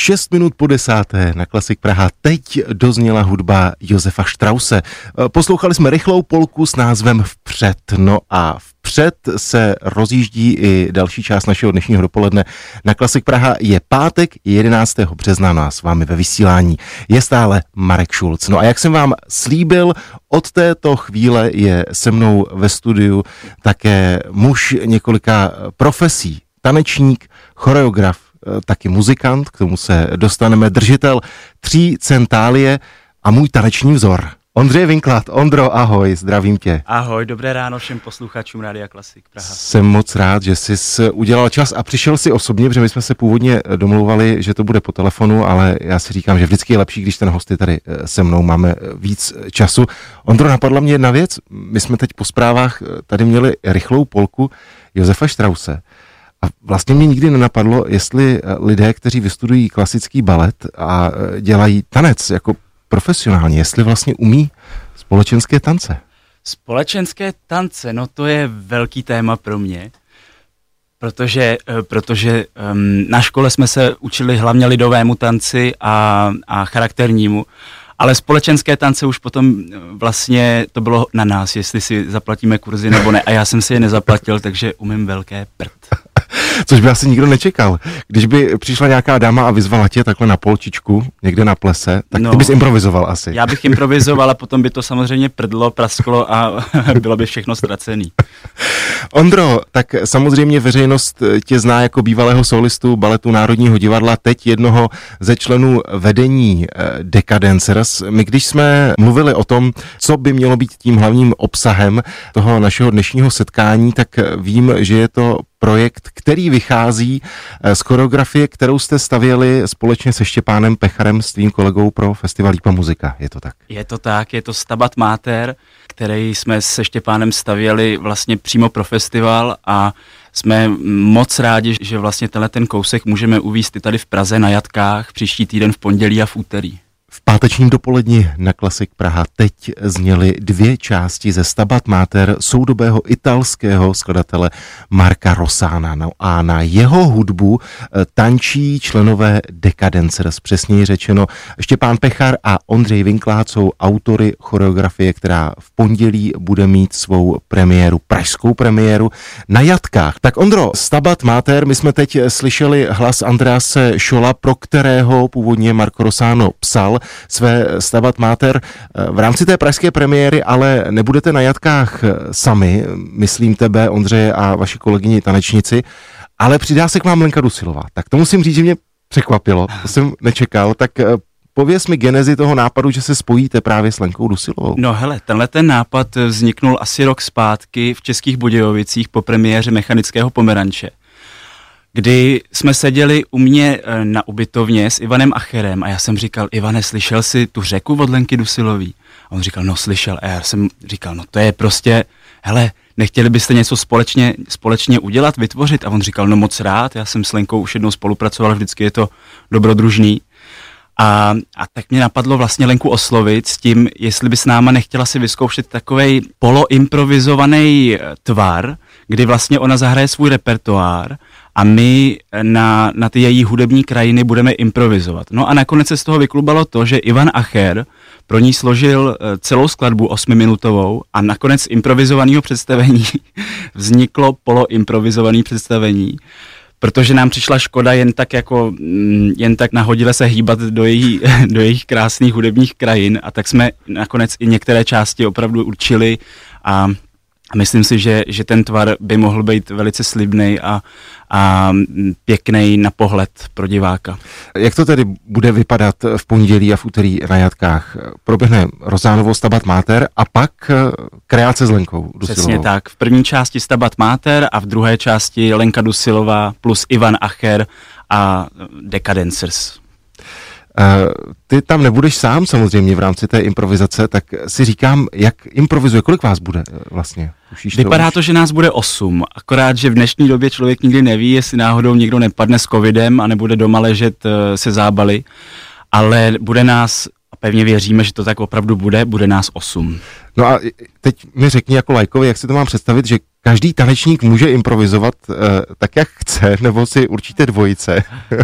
6 minut po 10. na Klasik Praha teď dozněla hudba Josefa Strause. Poslouchali jsme rychlou polku s názvem Vpřed. No a vpřed se rozjíždí i další část našeho dnešního dopoledne. Na Klasik Praha je pátek 11. března, no a s vámi ve vysílání je stále Marek Šulc. No a jak jsem vám slíbil, od této chvíle je se mnou ve studiu také muž několika profesí. Tanečník, choreograf, taky muzikant, k tomu se dostaneme, držitel 3 centálie a můj taneční vzor. Ondřej Winklad. Ondro, ahoj, zdravím tě. Ahoj, dobré ráno všem posluchačům Rádia Klasik Praha. Jsem moc rád, že jsi udělal čas a přišel si osobně, protože my jsme se původně domlouvali, že to bude po telefonu, ale já si říkám, že vždycky je lepší, když ten host je tady se mnou, máme víc času. Ondro, napadla mě jedna věc, my jsme teď po zprávách tady měli rychlou polku Josefa Strause. A vlastně mě nikdy nenapadlo, jestli lidé, kteří vystudují klasický balet a dělají tanec jako profesionálně, jestli vlastně umí společenské tance. Společenské tance, no to je velký téma pro mě, protože na škole jsme se učili hlavně lidovému tanci a charakternímu, ale společenské tance už potom vlastně to bylo na nás, jestli si zaplatíme kurzy nebo ne. A já jsem si je nezaplatil, takže umím velké prd. Což by asi nikdo nečekal. Když by přišla nějaká dáma a vyzvala tě takhle na polčičku, někde na plese, tak ty bys improvizoval asi. Já bych improvizoval a potom by to samozřejmě prdlo, prasklo a bylo by všechno ztracený. Ondro, tak samozřejmě veřejnost tě zná jako bývalého solistu Baletu Národního divadla, teď jednoho ze členů vedení Decadencers. My když jsme mluvili o tom, co by mělo být tím hlavním obsahem toho našeho dnešního setkání, tak vím, že je to projekt, který vychází z choreografie, kterou jste stavěli společně se Štěpánem Pecharem, s tvým kolegou pro festival Lípa muzika. Je to tak? Je to tak, je to Stabat Mater, který jsme se Štěpánem stavěli vlastně přímo pro festival a jsme moc rádi, že vlastně ten kousek můžeme uvést i tady v Praze na Jatkách příští týden v pondělí a v úterý. V pátečním dopoledni na Klasik Praha teď zněly 2 části ze Stabat Mater soudobého italského skladatele Marca Rossana. No a na jeho hudbu tančí členové Decadencers, přesněji řečeno Štěpán Pechar a Ondřej Winklad jsou autory choreografie, která v pondělí bude mít svou premiéru, pražskou premiéru na Jatkách. Tak Ondro, Stabat Mater, my jsme teď slyšeli hlas Andrease Scholla, pro kterého původně Marco Rossano psal své Stabat Mater. V rámci té pražské premiéry ale nebudete na Jatkách sami, myslím tebe, Ondřeje a vaši kolegyni tanečníci, ale přidá se k vám Lenka Dusilová. Tak to musím říct, že mě překvapilo, to jsem nečekal, tak pověz mi genezi toho nápadu, že se spojíte právě s Lenkou Dusilovou. No hele, ten nápad vzniknul asi rok zpátky v Českých Budějovicích po premiéře Mechanického pomeranče, kdy jsme seděli u mě na ubytovně s Ivanem Acherem a já jsem říkal: Ivane, slyšel jsi tu Řeku od Lenky Dusilový? A on říkal: no slyšel. A já jsem říkal: no to je prostě, hele, nechtěli byste něco společně udělat, vytvořit? A on říkal: no moc rád, já jsem s Lenkou už jednou spolupracoval, vždycky je to dobrodružný. A tak mě napadlo vlastně Lenku oslovit s tím, jestli by s náma nechtěla si vyzkoušet takovej poloimprovizovaný tvar, kdy vlastně ona zahraje svůj repertoár a my na ty její hudební krajiny budeme improvizovat. No a nakonec se z toho vyklubalo to, že Ivan Acher pro ní složil celou skladbu 8minutovou a nakonec improvizovaného představení vzniklo poloimprovizované představení, protože nám přišla škoda jen tak nahodile se hýbat do jejich krásných hudebních krajin, a tak jsme nakonec i některé části opravdu určili a myslím si, že ten tvar by mohl být velice slibný a pěkný na pohled pro diváka. Jak to tedy bude vypadat v pondělí a v úterý na Jatkách? Proběhne Rossánovo Stabat Mater a pak kreace s Lenkou Dusilovou. Přesně tak. V první části Stabat Mater a v druhé části Lenka Dusilová plus Ivan Acher a Decadencers. Ty tam nebudeš sám samozřejmě v rámci té improvizace, tak si říkám, jak improvizuje, kolik vás bude vlastně? Vypadá to, že nás bude 8, akorát, že v dnešní době člověk nikdy neví, jestli náhodou někdo nepadne s covidem a nebude doma ležet se zábaly, ale bude nás pevně věříme, že to tak opravdu bude nás 8. No a teď mi řekni jako lajkovi, jak si to mám představit, že každý tanečník může improvizovat tak, jak chce, nebo si určitě dvojice?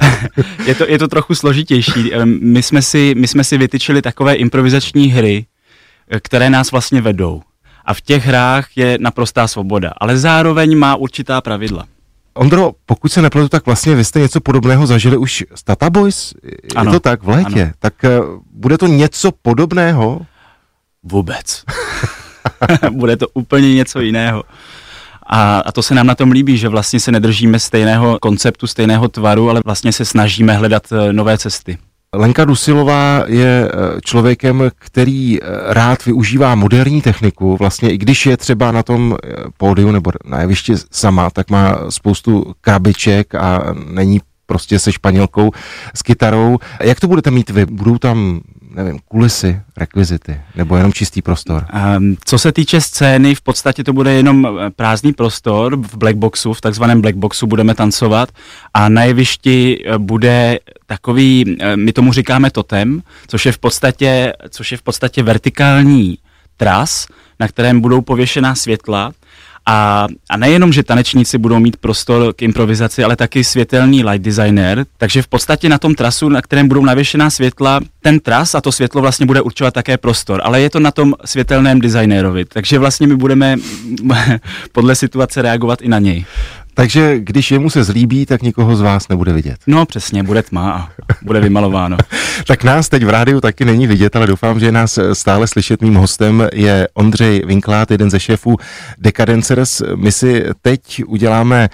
Je to trochu složitější. My jsme si vytyčili takové improvizační hry, které nás vlastně vedou. A v těch hrách je naprostá svoboda, ale zároveň má určitá pravidla. Ondro, pokud se nepletu, tak vlastně vy jste něco podobného zažili už s Tata Boys? Je to tak v létě? Ano. Tak bude to něco podobného? Vůbec. Bude to úplně něco jiného. A to se nám na tom líbí, že vlastně se nedržíme stejného konceptu, stejného tvaru, ale vlastně se snažíme hledat nové cesty. Lenka Dusilová je člověkem, který rád využívá moderní techniku. Vlastně i když je třeba na tom pódiu nebo na jevišti sama, tak má spoustu krabiček a není prostě se Španělkou s kytarou. Jak to budete mít vy? Budou tam, nevím, kulisy, rekvizity nebo jenom čistý prostor? Co se týče scény, v podstatě to bude jenom prázdný prostor v blackboxu, v takzvaném blackboxu budeme tancovat a na jevišti bude takový, my tomu říkáme totem, což je v podstatě vertikální tras, na kterém budou pověšená světla. A nejenom, že tanečníci budou mít prostor k improvizaci, ale taky světelný light designer, takže v podstatě na tom trasu, na kterém budou navěšená světla, ten tras a to světlo vlastně bude určovat také prostor, ale je to na tom světelném designérovi, takže vlastně my budeme podle situace reagovat i na něj. Takže když jemu se zlíbí, tak nikoho z vás nebude vidět. No přesně, bude tma a bude vymalováno. Tak nás teď v rádiu taky není vidět, ale doufám, že je nás stále slyšet. Mým hostem je Ondřej Winklát, jeden ze šéfů Decadencers. My si teď uděláme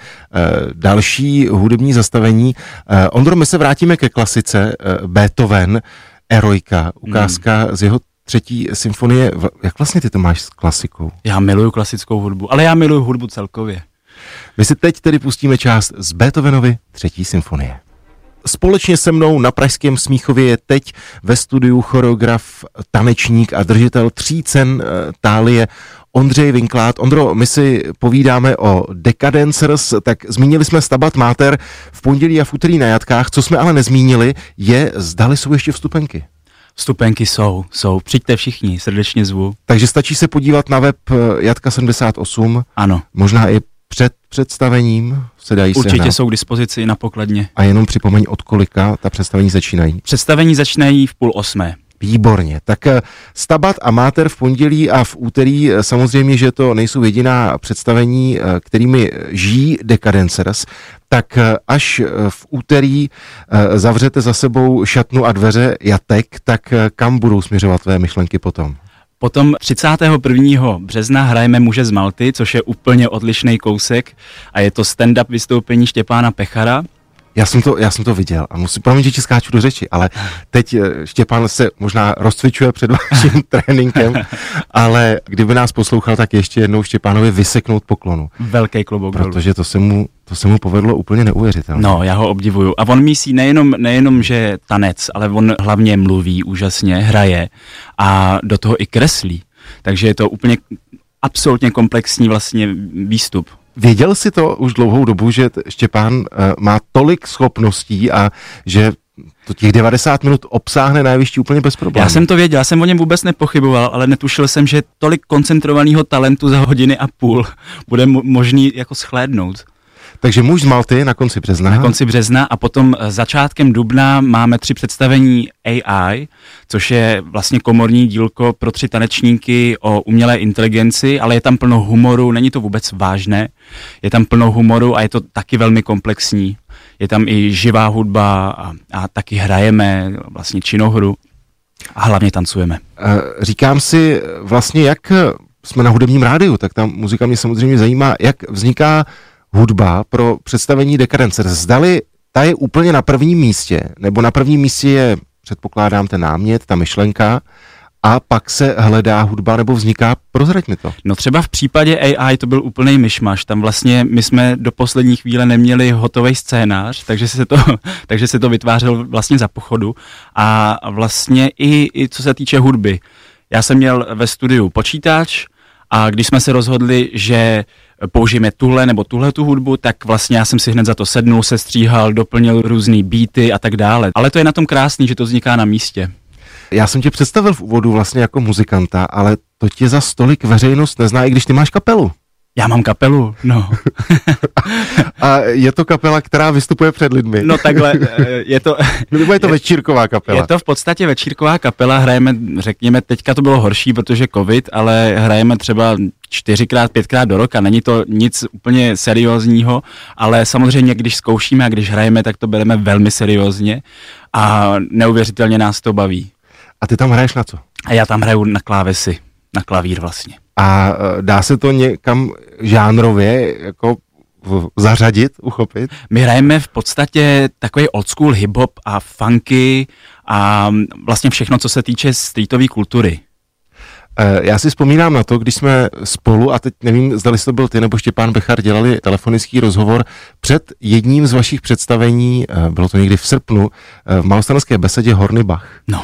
další hudební zastavení. Ondro, my se vrátíme ke klasice Beethoven, Eroika, ukázka z jeho 3. symfonie. Jak vlastně ty to máš s klasikou? Já miluju klasickou hudbu, ale já miluju hudbu celkově. My si teď tedy pustíme část z Beethovenovy 3. symfonie. Společně se mnou na pražském Smíchově je teď ve studiu choreograf, tanečník a držitel 3 cen Thálie Ondřej Winklát. Ondro, my si povídáme o Decadencers, tak zmínili jsme Stabat Mater v pondělí a v úterý na Jatkách. Co jsme ale nezmínili, je, zdali jsou ještě vstupenky. Vstupenky jsou. Přijďte všichni, srdečně zvu. Takže stačí se podívat na web Jatka 78. Ano. Možná i před představením se dají určitě sehnat. Jsou k dispozici na pokladně. A jenom připomeň, od kolika ta představení začínají. Představení začínají v 7:30. Výborně. Tak Stabat a Mater v pondělí a v úterý, samozřejmě, že to nejsou jediná představení, kterými žijí Decadencers, tak až v úterý zavřete za sebou šatnu a dveře Jatek, tak kam budou směřovat tvé myšlenky potom? Potom 31. března hrajeme Muže z Malty, což je úplně odlišný kousek a je to stand-up vystoupení Štěpána Pechara. Já jsem to viděl a promiň, že ti skáču do řeči, ale teď Štěpán se možná rozcvičuje před vaším tréninkem, ale kdyby nás poslouchal, tak ještě jednou Štěpánovi vyseknout poklonu. Velký klobouk dolů. Protože to se mu povedlo úplně neuvěřitelně. No, já ho obdivuju. A on mísí nejenom, že tanec, ale on hlavně mluví úžasně, hraje a do toho i kreslí. Takže je to úplně absolutně komplexní vlastně výstup. Věděl jsi to už dlouhou dobu, že Štěpán má tolik schopností a že to těch 90 minut obsáhne na jevišti úplně bez problémů? Já jsem to věděl, já jsem o něm vůbec nepochyboval, ale netušil jsem, že tolik koncentrovaného talentu za 1,5 hodiny bude možný jako shlédnout. Takže Muž z Malty na konci března. Na konci března a potom začátkem dubna máme 3 představení AI, což je vlastně komorní dílko pro 3 tanečníky o umělé inteligenci, ale je tam plno humoru, není to vůbec vážné, je tam plno humoru a je to taky velmi komplexní. Je tam i živá hudba a taky hrajeme vlastně činohru a hlavně tancujeme. Říkám si vlastně, jak jsme na hudebním rádiu, tak ta muzika mě samozřejmě zajímá, jak vzniká hudba pro představení Decadencers. Zdali ta je úplně na prvním místě, nebo na prvním místě je, předpokládám, ten námět, ta myšlenka, a pak se hledá hudba, nebo vzniká, prozrať mi to. No třeba v případě AI to byl úplný myšmaš, tam vlastně my jsme do poslední chvíle neměli hotový scénář, takže se to vytvářelo vlastně za pochodu a vlastně i co se týče hudby. Já jsem měl ve studiu počítač a když jsme se rozhodli, že použijeme tuhle nebo tuhletu hudbu, tak vlastně já jsem si hned za to sednul, sestříhal, doplnil různý beaty a tak dále. Ale to je na tom krásný, že to vzniká na místě. Já jsem tě představil v úvodu vlastně jako muzikanta, ale to tě za stolik veřejnost nezná, i když ty máš kapelu. Já mám kapelu, no. A je to kapela, která vystupuje před lidmi? No takhle, je to... Nebo je to večírková kapela? Je to v podstatě večírková kapela, hrajeme, řekněme, teďka to bylo horší, protože covid, ale hrajeme třeba 4x, 5x do roka, není to nic úplně seriózního, ale samozřejmě, když zkoušíme a když hrajeme, tak to bereme velmi seriózně a neuvěřitelně nás to baví. A ty tam hraješ na co? A já tam hraju na klávesy, na klavír vlastně. A dá se to někam žánrově jako zařadit, uchopit? My hrajeme v podstatě takový old school hip-hop a funky a vlastně všechno, co se týče streetové kultury. Já si vzpomínám na to, když jsme spolu, a teď nevím, zdali to byl ty nebo Štěpán Bechar, dělali telefonický rozhovor před jedním z vašich představení, bylo to někdy v srpnu, v Malostranské besedě Hornybach. No.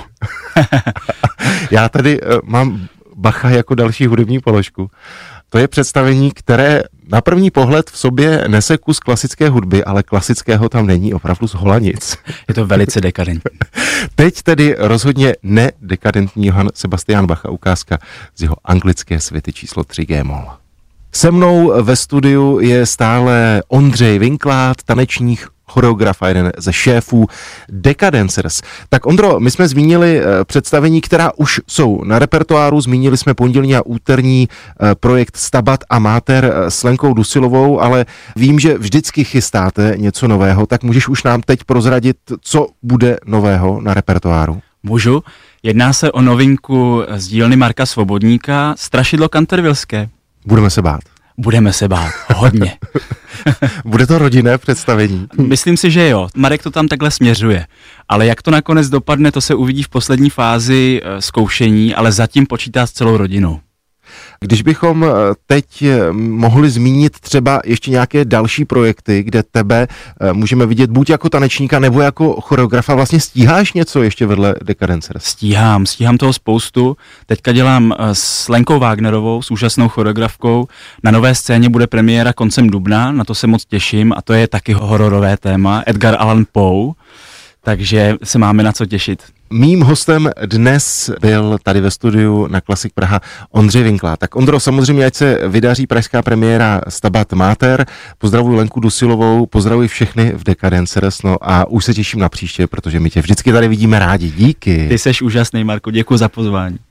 Já tady mám Bacha jako další hudební položku. To je představení, které na první pohled v sobě nese kus klasické hudby, ale klasického tam není opravdu z holanic. Je to velice dekadentní. Teď tedy rozhodně nedekadentní Johann Sebastian Bach a ukázka z jeho anglické suity číslo 3 G-moll. Se mnou ve studiu je stále Ondřej Winklát, tanečník, choreograf a jeden ze šéfů Decadencers. Tak Ondro, my jsme zmínili představení, která už jsou na repertoáru, zmínili jsme pondělní a úterní projekt Stabat Amater s Lenkou Dusilovou, ale vím, že vždycky chystáte něco nového, tak můžeš už nám teď prozradit, co bude nového na repertoáru? Můžu. Jedná se o novinku z dílny Marka Svobodníka, Strašidlo Cantervilleské. Budeme se bát. Budeme se bát, hodně. Bude to rodinné představení? Myslím si, že jo. Marek to tam takhle směřuje. Ale jak to nakonec dopadne, to se uvidí v poslední fázi zkoušení, ale zatím počítá s celou rodinou. Když bychom teď mohli zmínit třeba ještě nějaké další projekty, kde tebe můžeme vidět buď jako tanečníka nebo jako choreografa, vlastně stíháš něco ještě vedle Decadencers? Stíhám toho spoustu. Teďka dělám s Lenkou Wagnerovou, s úžasnou choreografkou. Na Nové scéně bude premiéra koncem dubna, na to se moc těším a to je taky hororové téma, Edgar Allan Poe, takže se máme na co těšit. Mým hostem dnes byl tady ve studiu na Klasik Praha Ondřej Winklát. Tak Ondro, samozřejmě, ať se vydaří pražská premiéra Stabat Mater, pozdravuji Lenku Dusilovou, pozdravuji všechny v Decadencers, no a už se těším na příště, protože my tě vždycky tady vidíme rádi. Díky. Ty seš úžasný, Marku, děkuji za pozvání.